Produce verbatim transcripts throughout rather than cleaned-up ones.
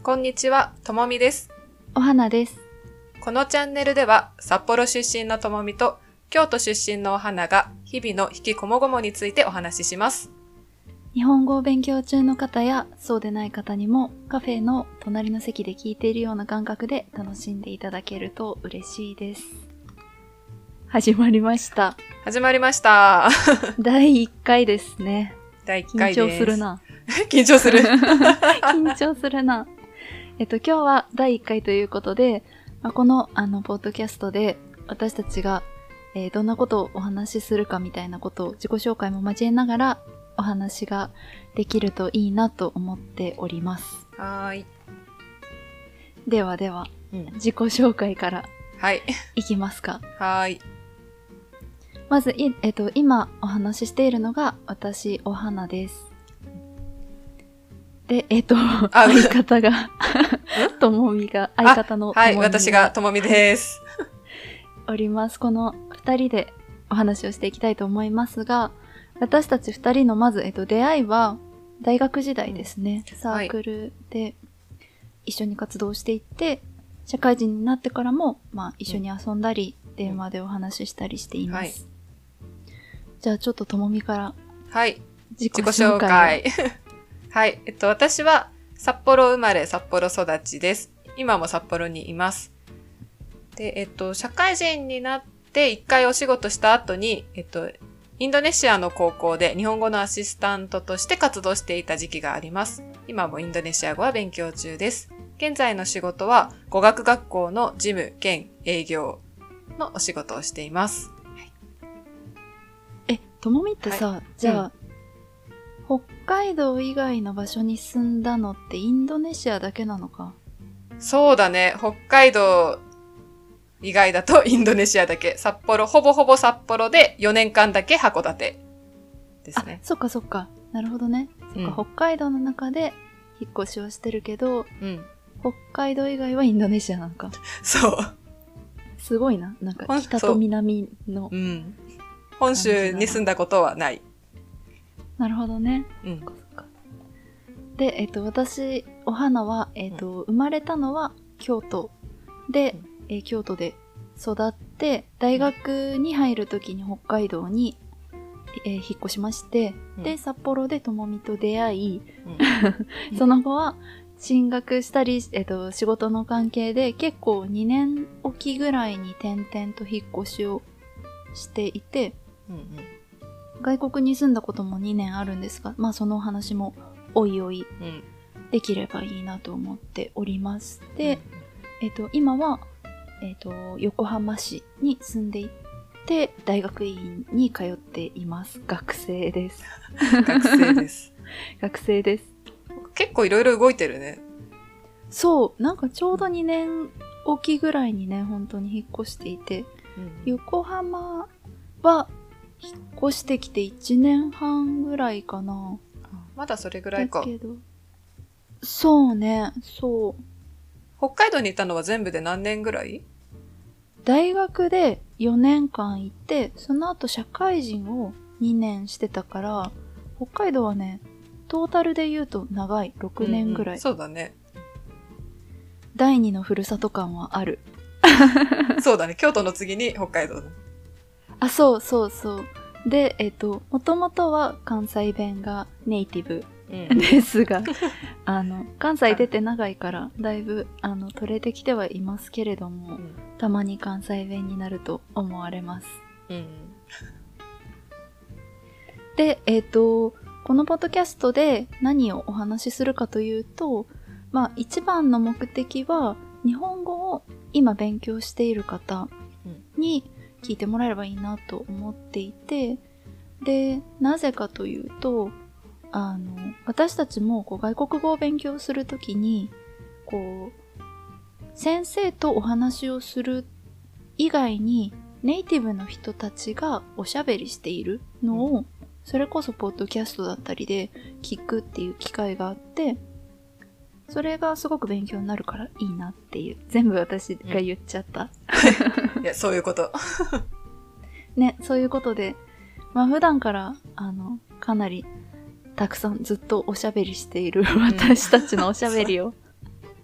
こんにちは、ともみです。 おはなです。 このチャンネルでは、札幌出身のともみと京都出身のおはなが日々の引きこもごもについてお話しします。 日本語を勉強中の方やそうでない方にもカフェの隣の席で聞いているような感覚で楽しんでいただけると嬉しいです。始まりました。 始まりました。 だいいっかいですね。 だいいっかいです。 緊張するな。 緊張する。 緊張するな。えっと、今日はだいいっかいということで、まあ、この、あの、ポッドキャストで私たちが、えー、どんなことをお話しするかみたいなことを自己紹介も交えながらお話ができるといいなと思っております。 はーい。 ではでは、 うん、 自己紹介からはい。 いきますか。 はーい。 まず、いえっと、今お話ししているのが私、おはなです。で、えっと、相方が、ともみが、相方のともみが。 はい、私がともみです。 おります。この二人でお話をしていきたいと思いますが、私たち二人のまず、えっと、出会いは大学時代ですね。うん、サークルで一緒に活動していって、社会人になってからも、まあ、一緒に遊んだり、うん、電話でお話ししたりしています。はい、じゃあ、ちょっとともみから。 はい。 自己紹介。 自己紹介はい。えっと、私は札幌生まれ、札幌育ちです。今も札幌にいます。で、えっと、社会人になって一回お仕事した後に、えっと、インドネシアの高校で日本語のアシスタントとして活動していた時期があります。今もインドネシア語は勉強中です。現在の仕事は語学学校の事務兼営業のお仕事をしています。はい、 え、ともみってさ、はい、じゃあ、うん北海道以外の場所に住んだのってインドネシアだけなのか？ そうだね。北海道以外だとインドネシアだけ。札幌、ほぼほぼ札幌でよねんかんだけ函館ですね。 あ、そっかそっか。なるほどね。そっか、うん、北海道の中で引っ越しをしてるけど、うん、北海道以外はインドネシアなのか。 そう。 すごいな。なんか北と南の、 うん。本州に住んだことはない。 なるほどね。 うん、 で、えっと、私、お花は、えっと、うん、生まれたのは京都で、うんえー、京都で育って、大学に入るときに北海道に、えー、引っ越しまして、うん、で、札幌でともみと出会い、うん、その後は進学したり、えっと、仕事の関係で結構にねんおきぐらいに転々と引っ越しをしていて、うんうん外国に住んだこともにねんあるんですが、まあそのお話もおいおいできればいいなと思っております。で、うん、えっと、今は、えっと、横浜市に住んでいて、大学院に通っています。学生です。 学生です。 学生です。 結構いろいろ動いてるね。 そう、なんかちょうどにねんおきぐらいにね、本当に引っ越していて、うん、横浜は、引っ越してきていちねんはんぐらいかな。 まだそれぐらいか。 だけど。そうね、そう。 北海道に行ったのは全部で何年ぐらい？ 大学でよねんかん行って、その後社会人をにねんしてたから、北海道はね、トータルで言うと長い、ろくねんぐらい。 うんうん、そうだね。 第二のふるさと感はある。 そうだね、京都の次に北海道だ。 あ、そうそうそう。で、えっと、もともとは関西弁がネイティブですが、うん、あの、関西出て長いから、だいぶ、あの、取れてきてはいますけれども、うん、たまに関西弁になると思われます。うん、で、えっと、このポッドキャストで何をお話しするかというと、まあ、一番の目的は、日本語を今勉強している方に、うん聞いてもらえればいいなと思っていて、で、なぜかというと、あの、私たちもこう外国語を勉強するときに、こう、先生とお話をする以外に、ネイティブの人たちがおしゃべりしているのを、それこそポッドキャストだったりで聞くっていう機会があって、それがすごく勉強になるからいいなっていう。全部私が言っちゃった。 うん、いや、そういうこと。 ね、そういうことで、まあ普段から、あの、かなりたくさんずっとおしゃべりしている私たちのおしゃべりを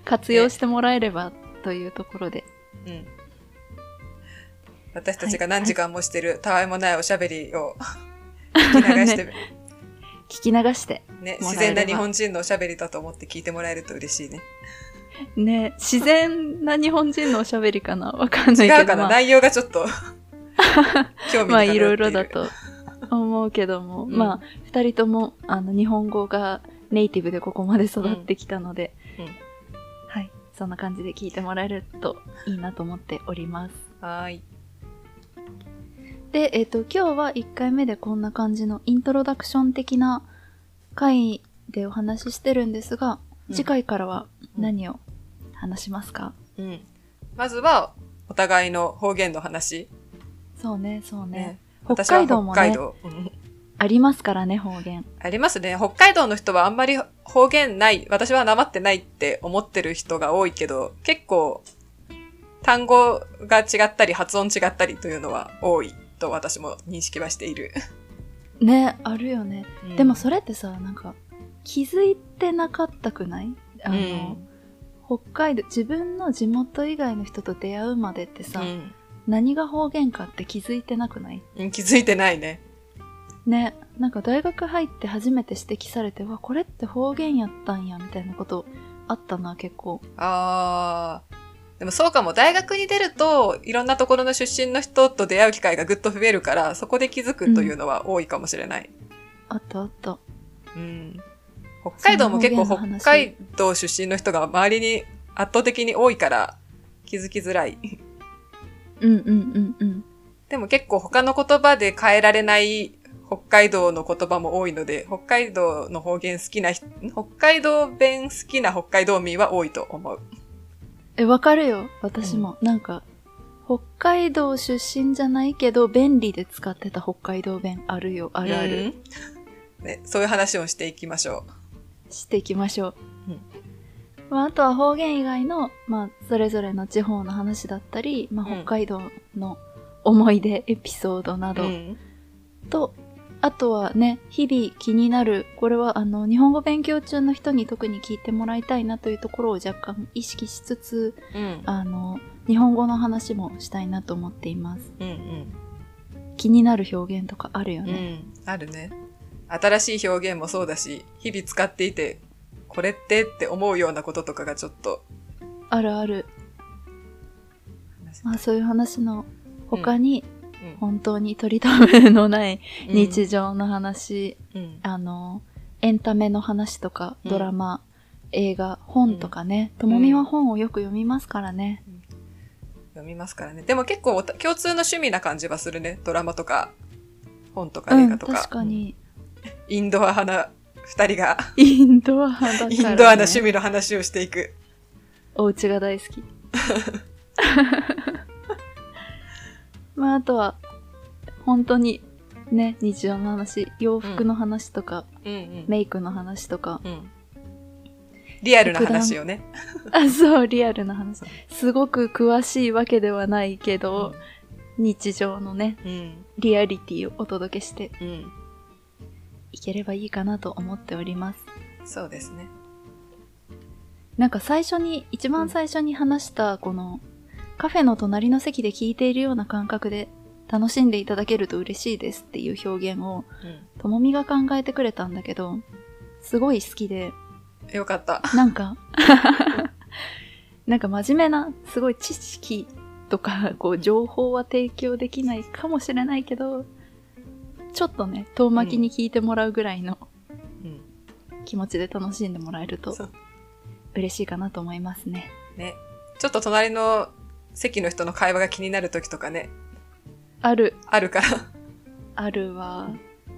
活用してもらえればというところで。 うん。私たちが何時間もしてるたわいもないおしゃべりを聞き流して、ね、 聞き流してね、自然な日本人のおしゃべりだと思って聞いてもらえると嬉しいね。 ね、自然な日本人のおしゃべりかなわかんないけど。 違うかな、まあ、内容がちょっと興味まあいろいろだと思うけども、うん、まあ二人ともあの日本語がネイティブでここまで育ってきたので、うんうん、はい、そんな感じで聞いてもらえるといいなと思っております。 はい。 で、えっと、今日はいっかいめでこんな感じのイントロダクション的な回でお話ししてるんですが、うん、次回からは何を話しますか？ うん。まずは、お互いの方言の話。 そうね、そうね。 ね、 北海道もね、 北海道ありますからね、方言。 ありますね。北海道の人はあんまり方言ない、私はなまってないって思ってる人が多いけど、結構、単語が違ったり、発音違ったりというのは多いと私も認識はしている。 ね、あるよね。うん、でもそれってさ、なんか、気づいてなかったくない？あの、うん、北海道、自分の地元以外の人と出会うまでってさ、うん、何が方言かって気づいてなくない？ うん、気づいてないね。 ね、なんか大学入って初めて指摘されて、わ、これって方言やったんや、みたいなことあったな、結構。 あー。でもそうかも。大学に出ると、いろんなところの出身の人と出会う機会がぐっと増えるから、そこで気づくというのは多いかもしれない。 うん、あったあった。 うん。北海道も結構北海道出身の人が周りに圧倒的に多いから気づきづらい。 うんうんうんうん。 でも結構他の言葉で変えられない北海道の言葉も多いので、北海道の方言好きな人、北海道弁好きな北海道民は多いと思う。 え、わかるよ。私も。うん、なんか、北海道出身じゃないけど、便利で使ってた北海道弁あるよ。あるある。 うん、ね、そういう話をしていきましょう。していきましょう。うんまあ、あとは方言以外の、まあ、それぞれの地方の話だったり、まあ、北海道の思い出、エピソードなど、うん、と、あとはね、日々気になる、これはあの、日本語勉強中の人に特に聞いてもらいたいなというところを若干意識しつつ、うん、あの、日本語の話もしたいなと思っています。うんうん、気になる表現とかあるよね、 うん。あるね。新しい表現もそうだし、日々使っていて、これってって思うようなこととかがちょっと。 あるある。まあそういう話の他に、うんうん、本当に取り留めのない日常の話、うん、あの、エンタメの話とか、ドラマ、うん、映画、本とかね、ともみは本をよく読みますからね、うん。 読みますからね。でも結構共通の趣味な感じはするね。ドラマとか、本とか映画とか。 うん、確かに。 インドア派な二人が。 インドア派だから、ね。 インドアな趣味の話をしていく。 お家が大好き。まあ、あとは、本当に、ね、日常の話、洋服の話とか、うんうんうん、メイクの話とか、うん、 リアルな話よね。 あ、そう、リアルな話。すごく詳しいわけではないけど、うん、日常のね、うん、リアリティをお届けして、うん、いければいいかなと思っております。 そうですね。 なんか最初に、一番最初に話した、この、カフェの隣の席で聞いているような感覚で楽しんでいただけると嬉しいですっていう表現を、ともみが考えてくれたんだけど、すごい好きで。 よかった。 なんか、なんか真面目な、すごい知識とか、こう、情報は提供できないかもしれないけど、ちょっとね、遠巻きに聞いてもらうぐらいの気持ちで楽しんでもらえると、嬉しいかなと思いますね。 ね。ちょっと隣の席の人の会話が気になるときとかね。 ある。 あるから。 あるわ。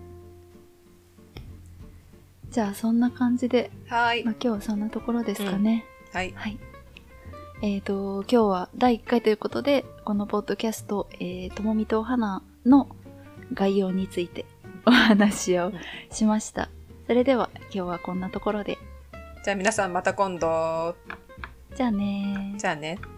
じゃあそんな感じで。 はい。 まあ、今日はそんなところですかね。 うん、はい。 はい。えっと、今日はだいいっかいということで、このポッドキャスト、えー、ともみとお花の概要についてお話をしました。それでは今日はこんなところで。 じゃあ皆さんまた今度。 じゃあねー。 じゃあね。